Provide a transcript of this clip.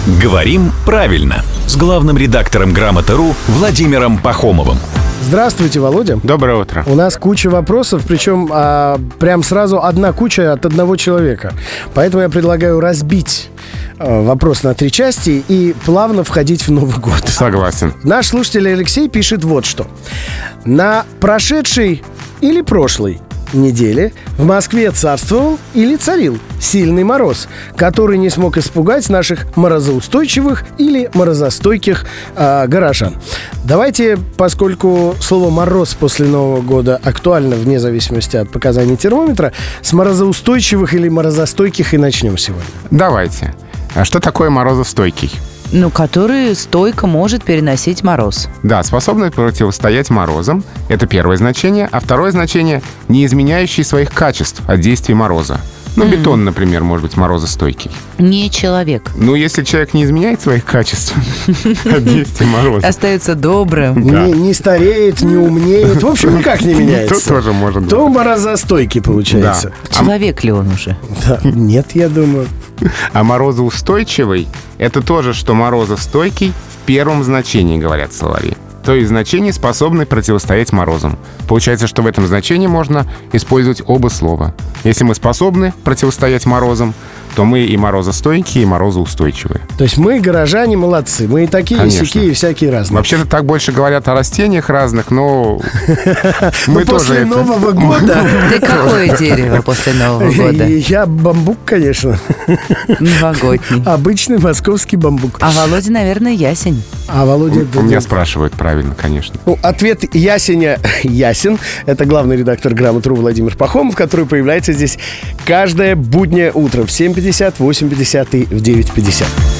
Говорим правильно с главным редактором Грамоты.ру Владимиром Пахомовым. Здравствуйте, Володя. Доброе утро. У нас куча вопросов, причем прям сразу одна куча от одного человека. Поэтому я предлагаю разбить вопрос на 3 части и плавно входить в Новый год. Согласен. Наш слушатель Алексей пишет вот что. На прошедшей или прошлой неделе в Москве царствовал или царил сильный мороз, который не смог испугать наших морозоустойчивых или морозостойких горожан. Давайте, поскольку слово «мороз» после Нового года актуально вне зависимости от показаний термометра, с морозоустойчивых или морозостойких и начнем сегодня. Давайте. А что такое морозостойкий? Который стойко может переносить мороз. Да, способный противостоять морозам. Это первое значение. А второе значение — не изменяющий своих качеств от действий мороза. Бетон, например, может быть морозостойкий. Не человек. Если человек не изменяет своих качеств от действий мороза, Остается добрым. Да. Не стареет, не умнеет. В общем, никак не меняется. то тоже может быть. То морозостойкий получается. Человек ли он уже? Да. Нет, я думаю. А морозоустойчивый — это тоже, что морозостойкий в первом значении, говорят словари. То есть значение «способный противостоять морозам». Получается, что в этом значении можно использовать оба слова. Если мы способны противостоять морозам, то мы и морозостойкие, и морозоустойчивые. То есть мы, горожане, молодцы. Мы и такие, и Конечно. сякие, и всякие разные. Вообще-то так больше говорят о растениях разных, но мы тоже После это... Нового года... Ты какое дерево после Нового года? Я бамбук, конечно. Новогодний. Обычный московский бамбук. А Володя, наверное, ясень. А Володя... У меня спрашивают правильно, конечно. Ответ ясеня ясен. Это главный редактор Грамоты.ру Владимир Пахомов, который появляется здесь каждое буднее утро в 7:50, 8:50 и в 9:50.